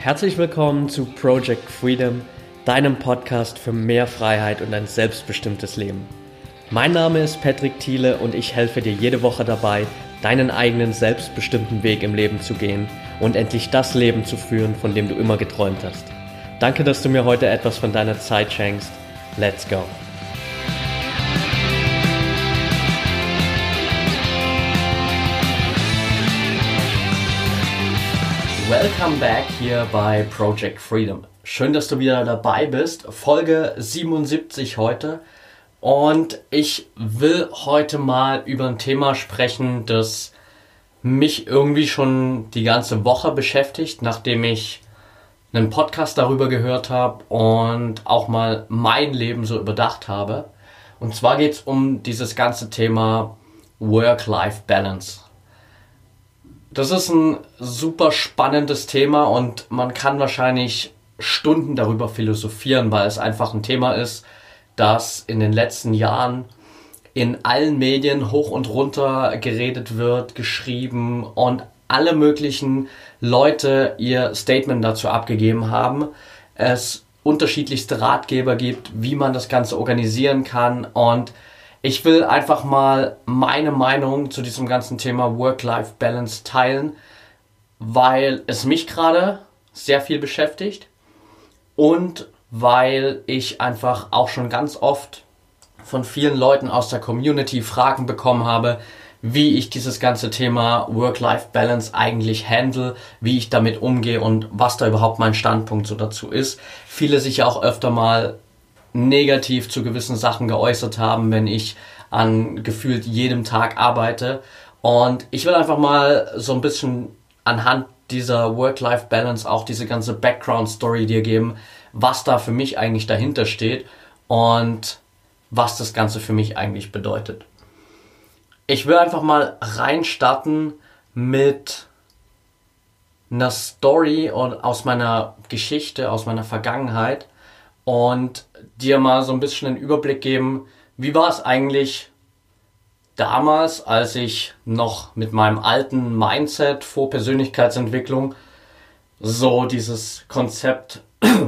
Herzlich willkommen zu Project Freedom, deinem Podcast für mehr Freiheit und ein selbstbestimmtes Leben. Mein Name ist Patrick Thiele und ich helfe dir jede Woche dabei, deinen eigenen selbstbestimmten Weg im Leben zu gehen und endlich das Leben zu führen, von dem du immer geträumt hast. Danke, dass du mir heute etwas von deiner Zeit schenkst. Let's go! Welcome back hier bei Project Freedom. Schön, dass du wieder dabei bist. Folge 77 heute. Und ich will heute mal über ein Thema sprechen, das mich irgendwie schon die ganze Woche beschäftigt, nachdem ich einen Podcast darüber gehört habe und auch mal mein Leben so überdacht habe. Und zwar geht es um dieses ganze Thema Work-Life-Balance. Das ist ein super spannendes Thema und man kann wahrscheinlich Stunden darüber philosophieren, weil es einfach ein Thema ist, das in den letzten Jahren in allen Medien hoch und runter geredet wird, geschrieben und alle möglichen Leute ihr Statement dazu abgegeben haben. Es unterschiedlichste Ratgeber gibt, wie man das Ganze organisieren kann, und ich will einfach mal meine Meinung zu diesem ganzen Thema Work-Life-Balance teilen, weil es mich gerade sehr viel beschäftigt und weil ich einfach auch schon ganz oft von vielen Leuten aus der Community Fragen bekommen habe, wie ich dieses ganze Thema Work-Life-Balance eigentlich handle, wie ich damit umgehe und was da überhaupt mein Standpunkt so dazu ist. Viele sich ja auch öfter mal negativ zu gewissen Sachen geäußert haben, wenn ich an gefühlt jedem Tag arbeite. Und ich will einfach mal so ein bisschen anhand dieser Work-Life-Balance auch diese ganze Background-Story dir geben, was da für mich eigentlich dahinter steht und was das Ganze für mich eigentlich bedeutet. Ich will einfach mal reinstarten mit einer Story aus meiner Geschichte, aus meiner Vergangenheit, und dir mal so ein bisschen einen Überblick geben, wie war es eigentlich damals, als ich noch mit meinem alten Mindset vor Persönlichkeitsentwicklung so dieses Konzept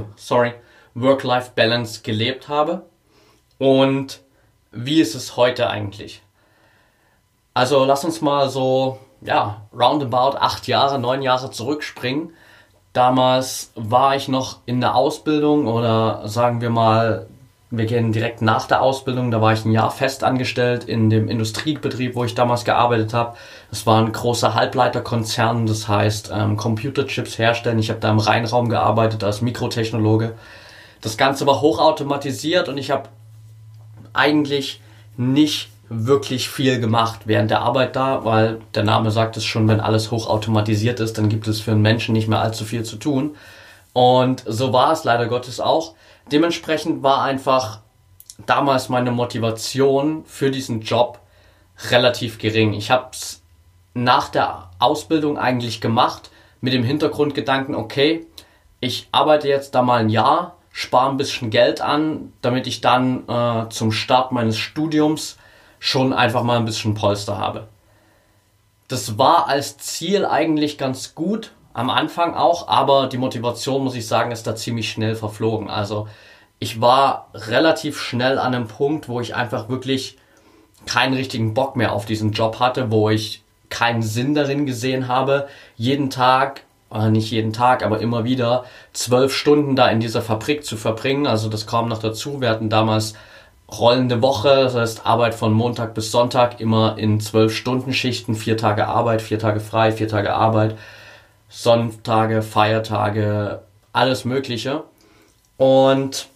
Work-Life-Balance gelebt habe, und wie ist es heute eigentlich? Also lass uns mal so, roundabout 9 Jahre zurückspringen. Damals war ich noch in der Ausbildung, oder sagen wir mal, wir gehen direkt nach der Ausbildung. Da war ich ein Jahr fest angestellt in dem Industriebetrieb, wo ich damals gearbeitet habe. Das war ein großer Halbleiterkonzern, das heißt Computerchips herstellen. Ich habe da im Reinraum gearbeitet als Mikrotechnologe. Das Ganze war hochautomatisiert und ich habe eigentlich nicht wirklich viel gemacht während der Arbeit da, weil der Name sagt es schon, wenn alles hochautomatisiert ist, dann gibt es für einen Menschen nicht mehr allzu viel zu tun. Und so war es leider Gottes auch. Dementsprechend war einfach damals meine Motivation für diesen Job relativ gering. Ich habe es nach der Ausbildung eigentlich gemacht mit dem Hintergrundgedanken, okay, ich arbeite jetzt da mal ein Jahr, spare ein bisschen Geld an, damit ich dann zum Start meines Studiums schon einfach mal ein bisschen Polster habe. Das war als Ziel eigentlich ganz gut, am Anfang auch, aber die Motivation, muss ich sagen, ist da ziemlich schnell verflogen. Also ich war relativ schnell an einem Punkt, wo ich einfach wirklich keinen richtigen Bock mehr auf diesen Job hatte, wo ich keinen Sinn darin gesehen habe, jeden Tag, nicht jeden Tag, aber immer wieder 12 Stunden da in dieser Fabrik zu verbringen. Also das kam noch dazu. Wir hatten damals rollende Woche, das heißt Arbeit von Montag bis Sonntag, immer in 12-Stunden-Schichten, 4 Tage Arbeit, 4 Tage frei, 4 Tage Arbeit, Sonntage, Feiertage, alles Mögliche. Und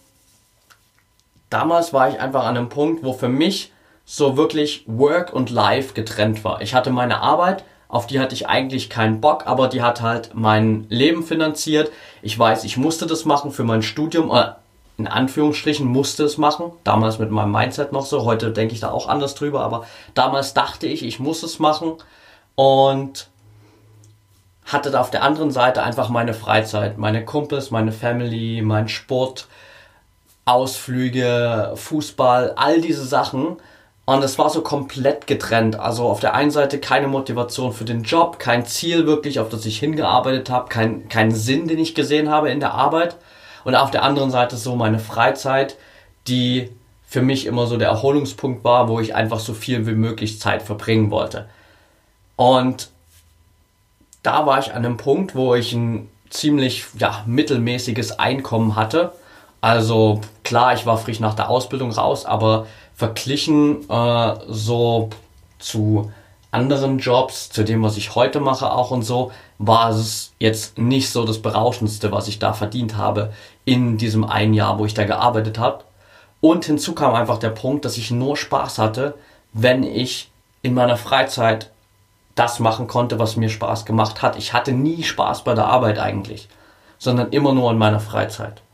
damals war ich einfach an einem Punkt, wo für mich so wirklich Work und Life getrennt war. Ich hatte meine Arbeit, auf die hatte ich eigentlich keinen Bock, aber die hat halt mein Leben finanziert. Ich weiß, ich musste das machen für mein Studium, in Anführungsstrichen musste es machen, damals mit meinem Mindset noch so, heute denke ich da auch anders drüber, aber damals dachte ich muss es machen und hatte da auf der anderen Seite einfach meine Freizeit, meine Kumpels, meine Family, mein Sport, Ausflüge, Fußball, all diese Sachen, Und es war so komplett getrennt. Also auf der einen Seite keine Motivation für den Job, kein Ziel wirklich, auf das ich hingearbeitet habe, kein Sinn, den ich gesehen habe in der Arbeit. Und auf der anderen Seite so meine Freizeit, die für mich immer so der Erholungspunkt war, wo ich einfach so viel wie möglich Zeit verbringen wollte. Und da war ich an einem Punkt, wo ich ein ziemlich mittelmäßiges Einkommen hatte. Also klar, ich war frisch nach der Ausbildung raus, aber verglichen so zu anderen Jobs, zu dem, was ich heute mache auch und so, war es jetzt nicht so das Berauschendste, was ich da verdient habe in diesem einen Jahr, wo ich da gearbeitet habe. Und hinzu kam einfach der Punkt, dass ich nur Spaß hatte, wenn ich in meiner Freizeit das machen konnte, was mir Spaß gemacht hat. Ich hatte nie Spaß bei der Arbeit eigentlich, sondern immer nur in meiner Freizeit.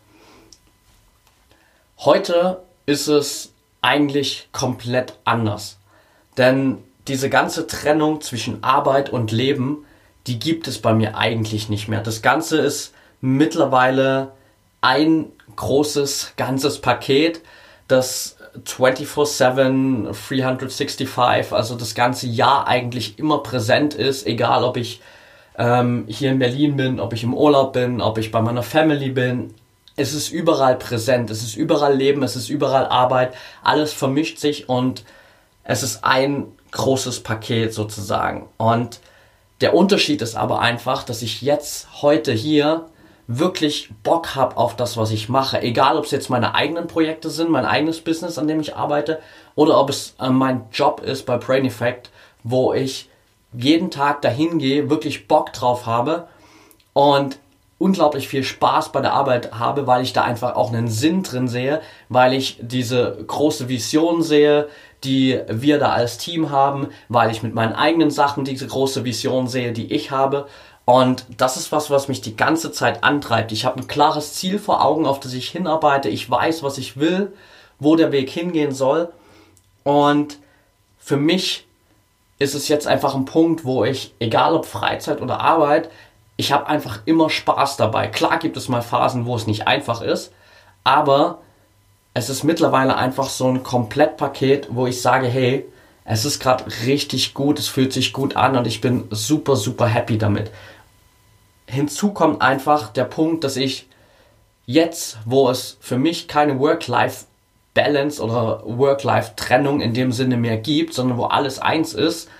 Heute ist es eigentlich komplett anders, denn diese ganze Trennung zwischen Arbeit und Leben, die gibt es bei mir eigentlich nicht mehr. Das Ganze ist mittlerweile ein großes, ganzes Paket, das 24/7, 365, also das ganze Jahr eigentlich immer präsent ist, egal ob ich hier in Berlin bin, ob ich im Urlaub bin, ob ich bei meiner Family bin. Es ist überall präsent, es ist überall Leben, es ist überall Arbeit, alles vermischt sich und es ist ein großes Paket sozusagen. Und der Unterschied ist aber einfach, dass ich jetzt heute hier wirklich Bock habe auf das, was ich mache. Egal, ob es jetzt meine eigenen Projekte sind, mein eigenes Business, an dem ich arbeite, oder ob es mein Job ist bei Brain Effect, wo ich jeden Tag dahin gehe, wirklich Bock drauf habe und unglaublich viel Spaß bei der Arbeit habe, weil ich da einfach auch einen Sinn drin sehe, weil ich diese große Vision sehe, die wir da als Team haben, weil ich mit meinen eigenen Sachen diese große Vision sehe, die ich habe. Und das ist was mich die ganze Zeit antreibt. Ich habe ein klares Ziel vor Augen, auf das ich hinarbeite. Ich weiß, was ich will, wo der Weg hingehen soll. Und für mich ist es jetzt einfach ein Punkt, wo ich, egal ob Freizeit oder Arbeit, ich habe einfach immer Spaß dabei. Klar gibt es mal Phasen, wo es nicht einfach ist, aber es ist mittlerweile einfach so ein Komplettpaket, wo ich sage, hey, es ist gerade richtig gut, es fühlt sich gut an und ich bin super, super happy damit. Hinzu kommt einfach der Punkt, dass ich jetzt, wo es für mich keine Work-Life-Balance oder Work-Life-Trennung in dem Sinne mehr gibt, sondern wo alles eins ist,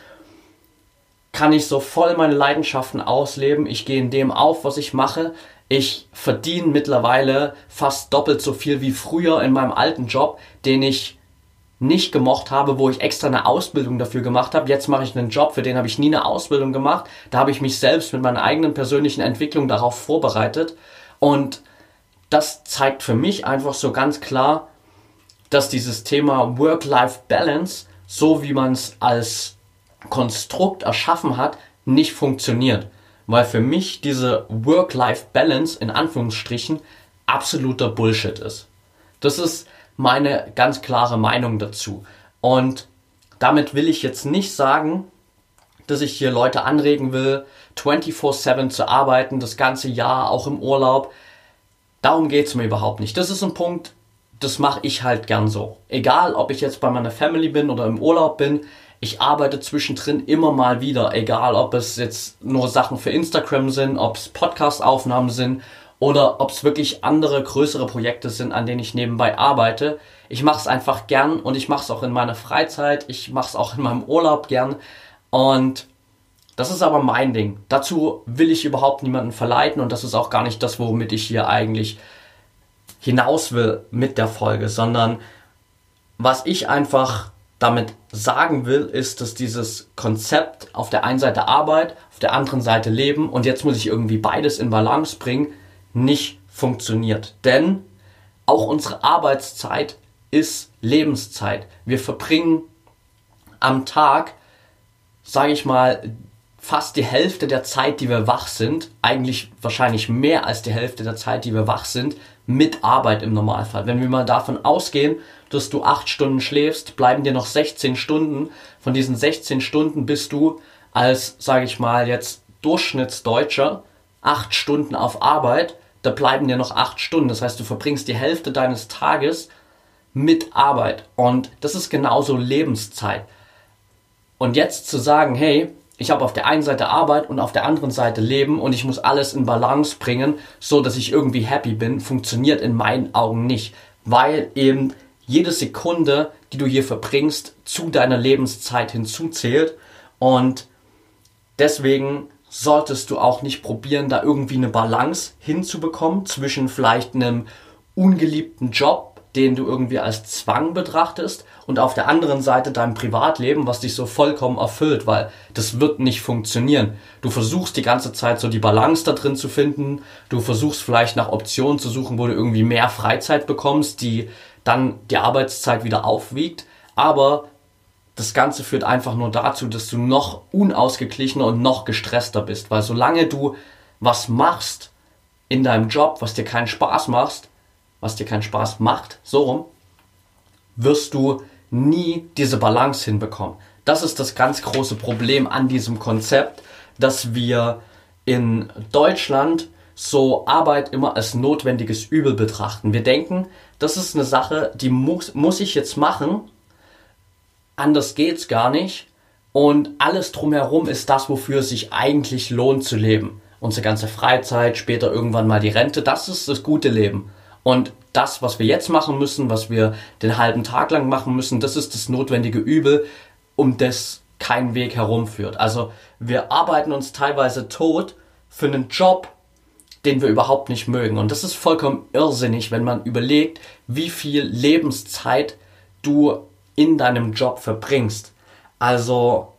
kann ich so voll meine Leidenschaften ausleben. Ich gehe in dem auf, was ich mache. Ich verdiene mittlerweile fast doppelt so viel wie früher in meinem alten Job, den ich nicht gemocht habe, wo ich extra eine Ausbildung dafür gemacht habe. Jetzt mache ich einen Job, für den habe ich nie eine Ausbildung gemacht. Da habe ich mich selbst mit meiner eigenen persönlichen Entwicklung darauf vorbereitet. Und das zeigt für mich einfach so ganz klar, dass dieses Thema Work-Life-Balance, so wie man es als Konstrukt erschaffen hat, nicht funktioniert. Weil für mich diese Work-Life-Balance in Anführungsstrichen absoluter Bullshit ist. Das ist meine ganz klare Meinung dazu. Und damit will ich jetzt nicht sagen, dass ich hier Leute anregen will, 24/7 zu arbeiten, das ganze Jahr, auch im Urlaub. Darum geht es mir überhaupt nicht. Das ist ein Punkt, das mache ich halt gern so. Egal, ob ich jetzt bei meiner Family bin oder im Urlaub bin, ich arbeite zwischendrin immer mal wieder, egal ob es jetzt nur Sachen für Instagram sind, ob es Podcast-Aufnahmen sind oder ob es wirklich andere, größere Projekte sind, an denen ich nebenbei arbeite. Ich mache es einfach gern und ich mache es auch in meiner Freizeit, ich mache es auch in meinem Urlaub gern und das ist aber mein Ding. Dazu will ich überhaupt niemanden verleiten und das ist auch gar nicht das, womit ich hier eigentlich hinaus will mit der Folge, sondern was ich einfach damit sagen will, ist, dass dieses Konzept auf der einen Seite Arbeit, auf der anderen Seite Leben und jetzt muss ich irgendwie beides in Balance bringen, nicht funktioniert. Denn auch unsere Arbeitszeit ist Lebenszeit. Wir verbringen am Tag, sage ich mal, fast die Hälfte der Zeit, die wir wach sind, eigentlich wahrscheinlich mehr als die Hälfte der Zeit, die wir wach sind, mit Arbeit im Normalfall. Wenn wir mal davon ausgehen, dass du 8 Stunden schläfst, bleiben dir noch 16 Stunden. Von diesen 16 Stunden bist du als, sage ich mal, jetzt Durchschnittsdeutscher 8 Stunden auf Arbeit. Da bleiben dir noch 8 Stunden. Das heißt, du verbringst die Hälfte deines Tages mit Arbeit. Und das ist genauso Lebenszeit. Und jetzt zu sagen, hey, ich habe auf der einen Seite Arbeit und auf der anderen Seite Leben und ich muss alles in Balance bringen, so dass ich irgendwie happy bin, funktioniert in meinen Augen nicht. Weil eben jede Sekunde, die du hier verbringst, zu deiner Lebenszeit hinzuzählt. Und deswegen solltest du auch nicht probieren, da irgendwie eine Balance hinzubekommen zwischen vielleicht einem ungeliebten Job, den du irgendwie als Zwang betrachtest, und auf der anderen Seite deinem Privatleben, was dich so vollkommen erfüllt, weil das wird nicht funktionieren. Du versuchst die ganze Zeit so die Balance da drin zu finden, du versuchst vielleicht nach Optionen zu suchen, wo du irgendwie mehr Freizeit bekommst, die dann die Arbeitszeit wieder aufwiegt, aber das Ganze führt einfach nur dazu, dass du noch unausgeglichener und noch gestresster bist, weil solange du was machst in deinem Job, was dir keinen Spaß macht, so rum, wirst du nie diese Balance hinbekommen. Das ist das ganz große Problem an diesem Konzept, dass wir in Deutschland so Arbeit immer als notwendiges Übel betrachten. Wir denken, das ist eine Sache, die muss ich jetzt machen, anders geht's gar nicht, und alles drumherum ist das, wofür es sich eigentlich lohnt zu leben. Unsere ganze Freizeit, später irgendwann mal die Rente, das ist das gute Leben. Und das, was wir jetzt machen müssen, was wir den halben Tag lang machen müssen, das ist das notwendige Übel, um das kein Weg herumführt. Also wir arbeiten uns teilweise tot für einen Job, den wir überhaupt nicht mögen. Und das ist vollkommen irrsinnig, wenn man überlegt, wie viel Lebenszeit du in deinem Job verbringst. Also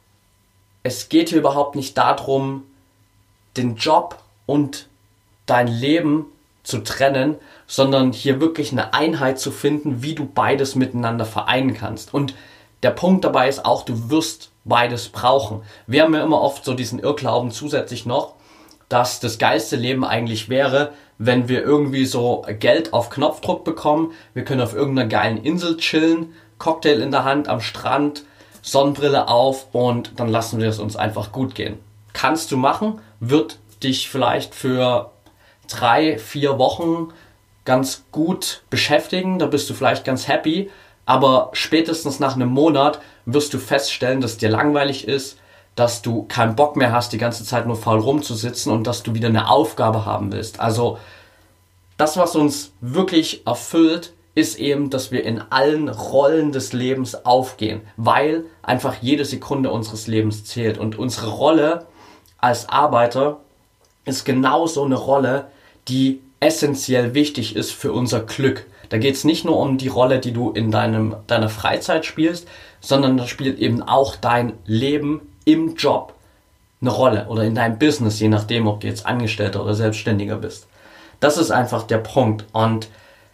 es geht hier überhaupt nicht darum, den Job und dein Leben zu trennen, sondern hier wirklich eine Einheit zu finden, wie du beides miteinander vereinen kannst. Und der Punkt dabei ist auch, du wirst beides brauchen. Wir haben ja immer oft so diesen Irrglauben zusätzlich noch, dass das geilste Leben eigentlich wäre, wenn wir irgendwie so Geld auf Knopfdruck bekommen, wir können auf irgendeiner geilen Insel chillen, Cocktail in der Hand am Strand, Sonnenbrille auf, und dann lassen wir es uns einfach gut gehen. Kannst du machen, wird dich vielleicht für 3-4 Wochen ganz gut beschäftigen, da bist du vielleicht ganz happy, aber spätestens nach einem Monat wirst du feststellen, dass dir langweilig ist, dass du keinen Bock mehr hast, die ganze Zeit nur faul rumzusitzen, und dass du wieder eine Aufgabe haben willst. Also das, was uns wirklich erfüllt, ist eben, dass wir in allen Rollen des Lebens aufgehen, weil einfach jede Sekunde unseres Lebens zählt. Und unsere Rolle als Arbeiter ist genauso eine Rolle, die essentiell wichtig ist für unser Glück. Da geht es nicht nur um die Rolle, die du in deiner Freizeit spielst, sondern da spielt eben auch dein Leben im Job eine Rolle, oder in deinem Business, je nachdem, ob du jetzt Angestellter oder Selbstständiger bist. Das ist einfach der Punkt, und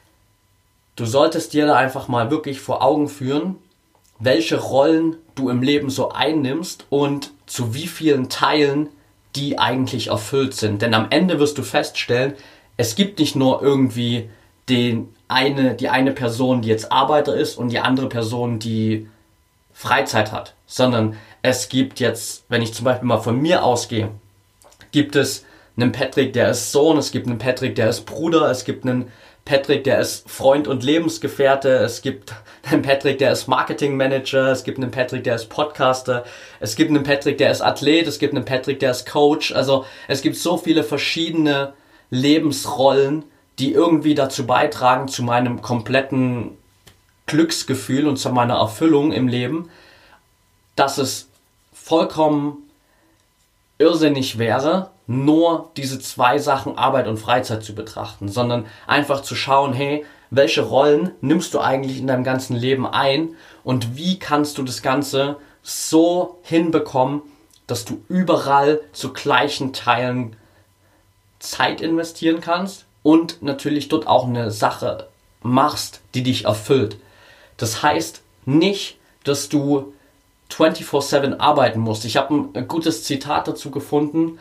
du solltest dir da einfach mal wirklich vor Augen führen, welche Rollen du im Leben so einnimmst und zu wie vielen Teilen die eigentlich erfüllt sind. Denn am Ende wirst du feststellen, es gibt nicht nur irgendwie die eine Person, die jetzt Arbeiter ist, und die andere Person, die Freizeit hat, sondern es gibt jetzt, wenn ich zum Beispiel mal von mir ausgehe, gibt es einen Patrick, der ist Sohn, es gibt einen Patrick, der ist Bruder, es gibt einen Patrick, der ist Freund und Lebensgefährte, es gibt einen Patrick, der ist Marketingmanager, es gibt einen Patrick, der ist Podcaster, es gibt einen Patrick, der ist Athlet, es gibt einen Patrick, der ist Coach. Also es gibt so viele verschiedene Lebensrollen, die irgendwie dazu beitragen, zu meinem kompletten Glücksgefühl und zu meiner Erfüllung im Leben, dass es vollkommen irrsinnig wäre, nur diese zwei Sachen Arbeit und Freizeit zu betrachten, sondern einfach zu schauen, hey, welche Rollen nimmst du eigentlich in deinem ganzen Leben ein und wie kannst du das Ganze so hinbekommen, dass du überall zu gleichen Teilen Zeit investieren kannst und natürlich dort auch eine Sache machst, die dich erfüllt. Das heißt nicht, dass du 24/7 arbeiten musst. Ich habe ein gutes Zitat dazu gefunden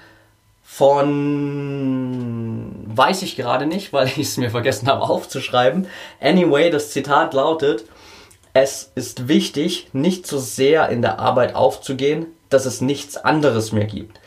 von, weiß ich gerade nicht, weil ich es mir vergessen habe aufzuschreiben. Anyway, das Zitat lautet: Es ist wichtig, nicht so sehr in der Arbeit aufzugehen, dass es nichts anderes mehr gibt.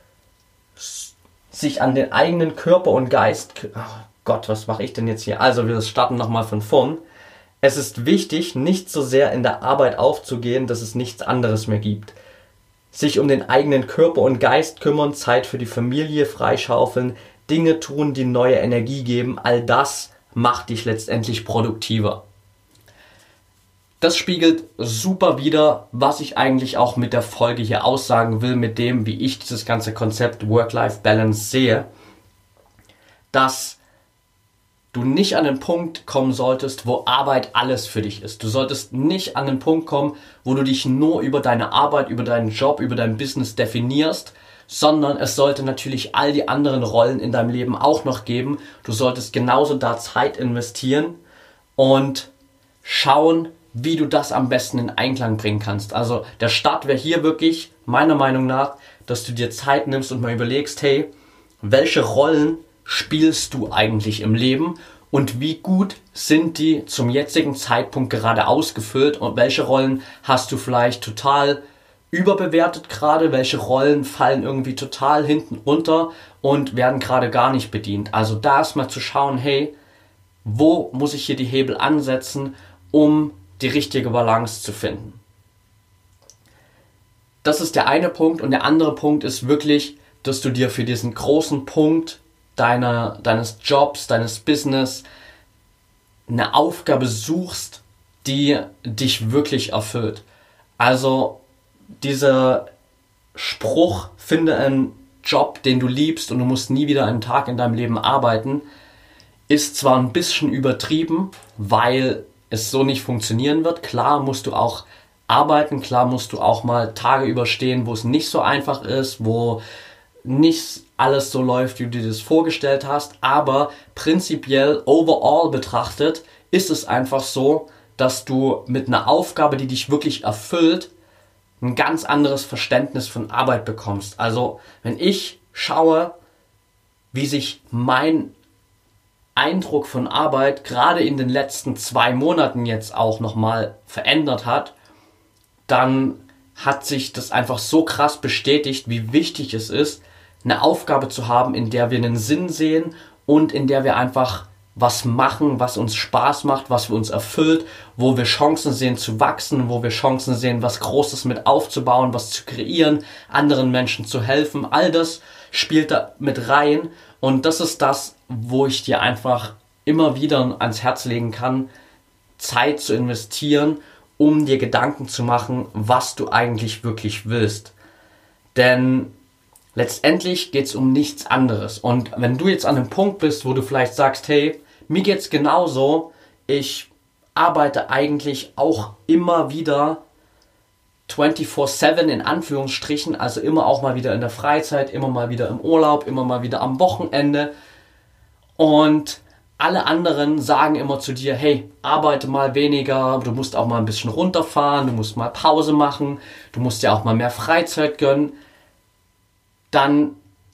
Sich an den eigenen Körper und Geist... Oh Gott, was mache ich denn jetzt hier? Also wir starten nochmal von vorn. Es ist wichtig, nicht so sehr in der Arbeit aufzugehen, dass es nichts anderes mehr gibt. Sich um den eigenen Körper und Geist kümmern, Zeit für die Familie freischaufeln, Dinge tun, die neue Energie geben, all das macht dich letztendlich produktiver. Das spiegelt super wider, was ich eigentlich auch mit der Folge hier aussagen will, mit dem, wie ich dieses ganze Konzept Work-Life-Balance sehe, dass du nicht an den Punkt kommen solltest, wo Arbeit alles für dich ist. Du solltest nicht an den Punkt kommen, wo du dich nur über deine Arbeit, über deinen Job, über dein Business definierst, sondern es sollte natürlich all die anderen Rollen in deinem Leben auch noch geben. Du solltest genauso da Zeit investieren und schauen, wie du das am besten in Einklang bringen kannst. Also der Start wäre hier wirklich, meiner Meinung nach, dass du dir Zeit nimmst und mal überlegst, hey, welche Rollen spielst du eigentlich im Leben und wie gut sind die zum jetzigen Zeitpunkt gerade ausgefüllt und welche Rollen hast du vielleicht total überbewertet gerade, welche Rollen fallen irgendwie total hinten runter und werden gerade gar nicht bedient. Also da erstmal zu schauen, hey, wo muss ich hier die Hebel ansetzen, um die richtige Balance zu finden. Das ist der eine Punkt und der andere Punkt ist wirklich, dass du dir für diesen großen Punkt deines Jobs, deines Business eine Aufgabe suchst, die dich wirklich erfüllt. Also dieser Spruch, finde einen Job, den du liebst und du musst nie wieder einen Tag in deinem Leben arbeiten, ist zwar ein bisschen übertrieben, weil es so nicht funktionieren wird. Klar musst du auch arbeiten, klar musst du auch mal Tage überstehen, wo es nicht so einfach ist, wo nicht alles so läuft, wie du dir das vorgestellt hast, aber prinzipiell, overall betrachtet, ist es einfach so, dass du mit einer Aufgabe, die dich wirklich erfüllt, ein ganz anderes Verständnis von Arbeit bekommst. Also, wenn ich schaue, wie sich mein Eindruck von Arbeit gerade in den letzten 2 Monaten jetzt auch nochmal verändert hat, dann hat sich das einfach so krass bestätigt, wie wichtig es ist, eine Aufgabe zu haben, in der wir einen Sinn sehen und in der wir einfach was machen, was uns Spaß macht, was uns erfüllt, wo wir Chancen sehen zu wachsen, wo wir Chancen sehen, was Großes mit aufzubauen, was zu kreieren, anderen Menschen zu helfen. All das spielt da mit rein und das ist das, wo ich dir einfach immer wieder ans Herz legen kann, Zeit zu investieren, um dir Gedanken zu machen, was du eigentlich wirklich willst. Denn letztendlich geht es um nichts anderes. Und wenn du jetzt an einem Punkt bist, wo du vielleicht sagst, hey, mir geht's genauso, ich arbeite eigentlich auch immer wieder 24/7 in Anführungsstrichen, also immer auch mal wieder in der Freizeit, immer mal wieder im Urlaub, immer mal wieder am Wochenende. Und alle anderen sagen immer zu dir, hey, arbeite mal weniger, du musst auch mal ein bisschen runterfahren, du musst mal Pause machen, du musst dir auch mal mehr Freizeit gönnen. Dann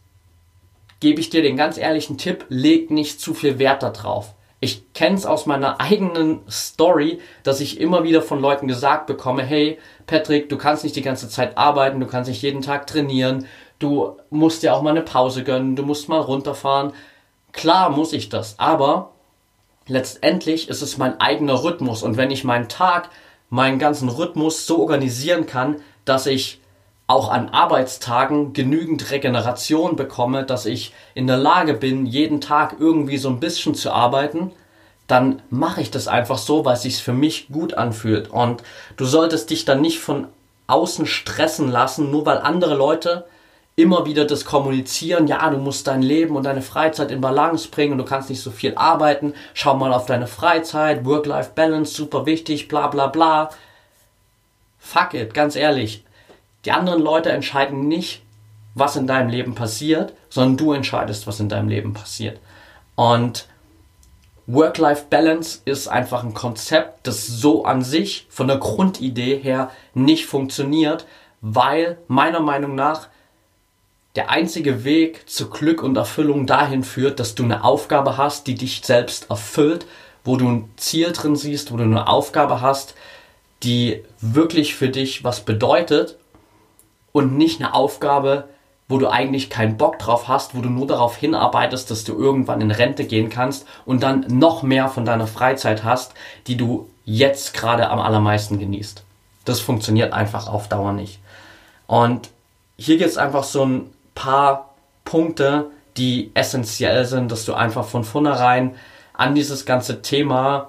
gebe ich dir den ganz ehrlichen Tipp, leg nicht zu viel Wert darauf. Ich kenne es aus meiner eigenen Story, dass ich immer wieder von Leuten gesagt bekomme, hey Patrick, du kannst nicht die ganze Zeit arbeiten, du kannst nicht jeden Tag trainieren, du musst dir auch mal eine Pause gönnen, du musst mal runterfahren. Klar muss ich das, aber letztendlich ist es mein eigener Rhythmus und wenn ich meinen Tag, meinen ganzen Rhythmus so organisieren kann, dass ich auch an Arbeitstagen genügend Regeneration bekomme, dass ich in der Lage bin, jeden Tag irgendwie so ein bisschen zu arbeiten, dann mache ich das einfach so, weil es sich für mich gut anfühlt. Und du solltest dich dann nicht von außen stressen lassen, nur weil andere Leute immer wieder das kommunizieren, ja, du musst dein Leben und deine Freizeit in Balance bringen und du kannst nicht so viel arbeiten, schau mal auf deine Freizeit, Work-Life-Balance, super wichtig, bla bla bla. Fuck it, ganz ehrlich. Die anderen Leute entscheiden nicht, was in deinem Leben passiert, sondern du entscheidest, was in deinem Leben passiert. Und Work-Life-Balance ist einfach ein Konzept, das so an sich von der Grundidee her nicht funktioniert, weil meiner Meinung nach der einzige Weg zu Glück und Erfüllung dahin führt, dass du eine Aufgabe hast, die dich selbst erfüllt, wo du ein Ziel drin siehst, wo du eine Aufgabe hast, die wirklich für dich was bedeutet und nicht eine Aufgabe, wo du eigentlich keinen Bock drauf hast, wo du nur darauf hinarbeitest, dass du irgendwann in Rente gehen kannst und dann noch mehr von deiner Freizeit hast, die du jetzt gerade am allermeisten genießt. Das funktioniert einfach auf Dauer nicht. Und hier gibt es einfach so ein paar Punkte, die essentiell sind, dass du einfach von vornherein an dieses ganze Thema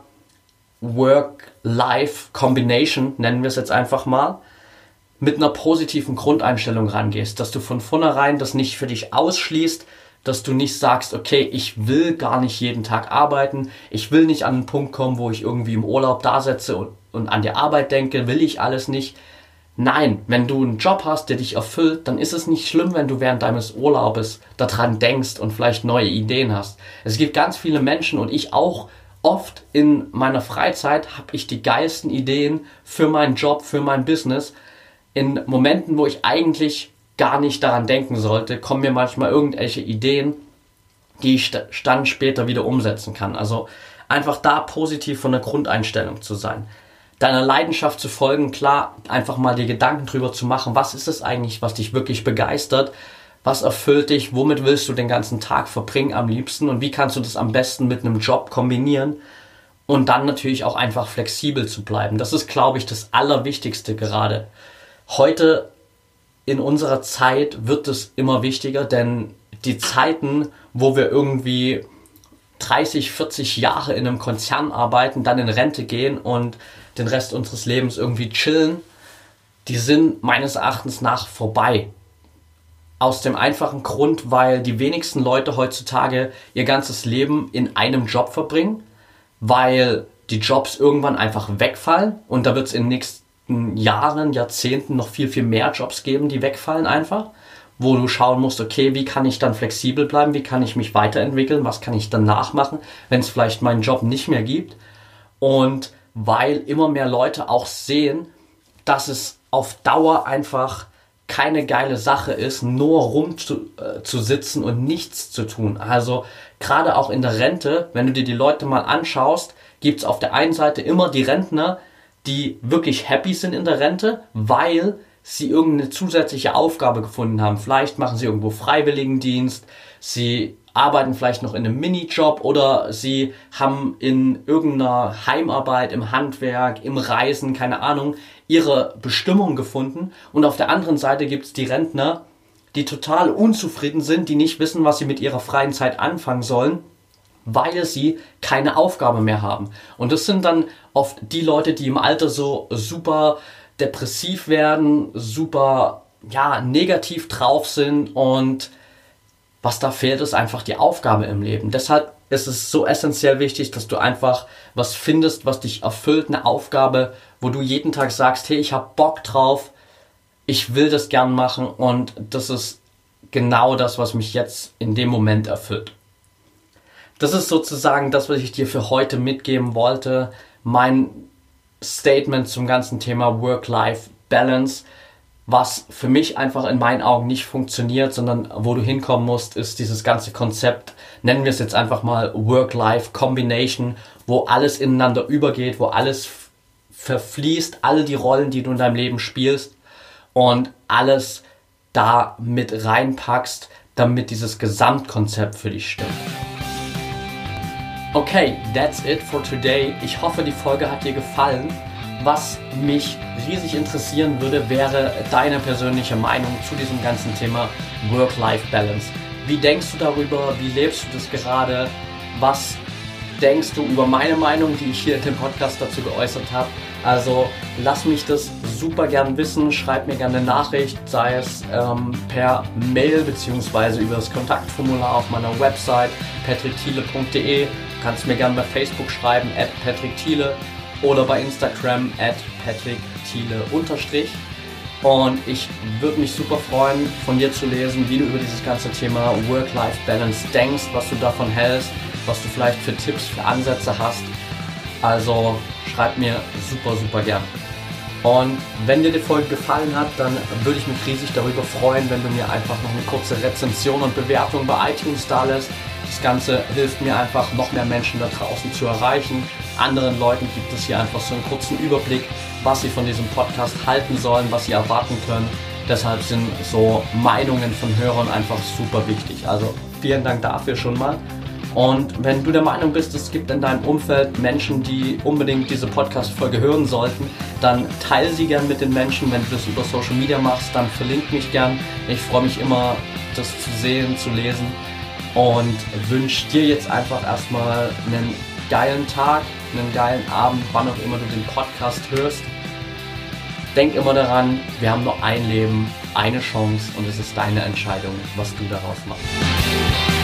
Work-Life-Combination, nennen wir es jetzt einfach mal, mit einer positiven Grundeinstellung rangehst, dass du von vornherein das nicht für dich ausschließt, dass du nicht sagst, okay, ich will gar nicht jeden Tag arbeiten, ich will nicht an einen Punkt kommen, wo ich irgendwie im Urlaub da sitze und an die Arbeit denke, will ich alles nicht. Nein, wenn du einen Job hast, der dich erfüllt, dann ist es nicht schlimm, wenn du während deines Urlaubes daran denkst und vielleicht neue Ideen hast. Es gibt ganz viele Menschen und ich auch oft in meiner Freizeit habe ich die geilsten Ideen für meinen Job, für mein Business. In Momenten, wo ich eigentlich gar nicht daran denken sollte, kommen mir manchmal irgendwelche Ideen, die ich dann später wieder umsetzen kann. Also einfach da positiv von der Grundeinstellung zu sein. Deiner Leidenschaft zu folgen, klar, einfach mal dir Gedanken drüber zu machen, was ist es eigentlich, was dich wirklich begeistert, was erfüllt dich, womit willst du den ganzen Tag verbringen am liebsten und wie kannst du das am besten mit einem Job kombinieren und dann natürlich auch einfach flexibel zu bleiben. Das ist, glaube ich, das Allerwichtigste gerade. Heute in unserer Zeit wird es immer wichtiger, denn die Zeiten, wo wir irgendwie 30, 40 Jahre in einem Konzern arbeiten, dann in Rente gehen und den Rest unseres Lebens irgendwie chillen, die sind meines Erachtens nach vorbei. Aus dem einfachen Grund, weil die wenigsten Leute heutzutage ihr ganzes Leben in einem Job verbringen, weil die Jobs irgendwann einfach wegfallen und da wird es in den nächsten Jahren, Jahrzehnten noch viel, viel mehr Jobs geben, die wegfallen einfach, wo du schauen musst, okay, wie kann ich dann flexibel bleiben, wie kann ich mich weiterentwickeln, was kann ich danach machen, wenn es vielleicht meinen Job nicht mehr gibt. Und weil immer mehr Leute auch sehen, dass es auf Dauer einfach keine geile Sache ist, nur zu sitzen und nichts zu tun. Also gerade auch in der Rente, wenn du dir die Leute mal anschaust, gibt es auf der einen Seite immer die Rentner, die wirklich happy sind in der Rente, weil sie irgendeine zusätzliche Aufgabe gefunden haben. Vielleicht machen sie irgendwo Freiwilligendienst, sie arbeiten vielleicht noch in einem Minijob oder sie haben in irgendeiner Heimarbeit, im Handwerk, im Reisen, keine Ahnung, ihre Bestimmung gefunden. Und auf der anderen Seite gibt es die Rentner, die total unzufrieden sind, die nicht wissen, was sie mit ihrer freien Zeit anfangen sollen, weil sie keine Aufgabe mehr haben. Und das sind dann oft die Leute, die im Alter so super depressiv werden, super negativ drauf sind und was da fehlt, ist einfach die Aufgabe im Leben. Deshalb ist es so essentiell wichtig, dass du einfach was findest, was dich erfüllt, eine Aufgabe, wo du jeden Tag sagst, hey, ich habe Bock drauf, ich will das gern machen und das ist genau das, was mich jetzt in dem Moment erfüllt. Das ist sozusagen das, was ich dir für heute mitgeben wollte. Mein Statement zum ganzen Thema Work-Life-Balance. Was für mich einfach in meinen Augen nicht funktioniert, sondern wo du hinkommen musst, ist dieses ganze Konzept, nennen wir es jetzt einfach mal Work-Life-Combination, wo alles ineinander übergeht, wo alles verfließt, alle die Rollen, die du in deinem Leben spielst und alles da mit reinpackst, damit dieses Gesamtkonzept für dich stimmt. Okay, that's it for today. Ich hoffe, die Folge hat dir gefallen. Was mich riesig interessieren würde, wäre deine persönliche Meinung zu diesem ganzen Thema Work-Life-Balance. Wie denkst du darüber? Wie lebst du das gerade? Was denkst du über meine Meinung, die ich hier in dem Podcast dazu geäußert habe? Also lass mich das super gern wissen. Schreib mir gerne eine Nachricht, sei es per Mail bzw. über das Kontaktformular auf meiner Website patrickthiele.de. Du kannst mir gerne bei Facebook schreiben @patrickthiele oder bei Instagram @patrickthiele_. Und ich würde mich super freuen, von dir zu lesen, wie du über dieses ganze Thema Work-Life-Balance denkst, was du davon hältst, was du vielleicht für Tipps, für Ansätze hast. Also schreib mir super, super gern. Und wenn dir die Folge gefallen hat, dann würde ich mich riesig darüber freuen, wenn du mir einfach noch eine kurze Rezension und Bewertung bei iTunes da lässt. Das Ganze hilft mir einfach, noch mehr Menschen da draußen zu erreichen. Anderen Leuten gibt es hier einfach so einen kurzen Überblick, was sie von diesem Podcast halten sollen, was sie erwarten können. Deshalb sind so Meinungen von Hörern einfach super wichtig. Also vielen Dank dafür schon mal. Und wenn du der Meinung bist, es gibt in deinem Umfeld Menschen, die unbedingt diese Podcast-Folge hören sollten, dann teile sie gern mit den Menschen. Wenn du das über Social Media machst, dann verlink mich gern. Ich freue mich immer, das zu sehen, zu lesen und wünsche dir jetzt einfach erstmal einen geilen Tag, einen geilen Abend, wann auch immer du den Podcast hörst. Denk immer daran, wir haben nur ein Leben, eine Chance und es ist deine Entscheidung, was du daraus machst.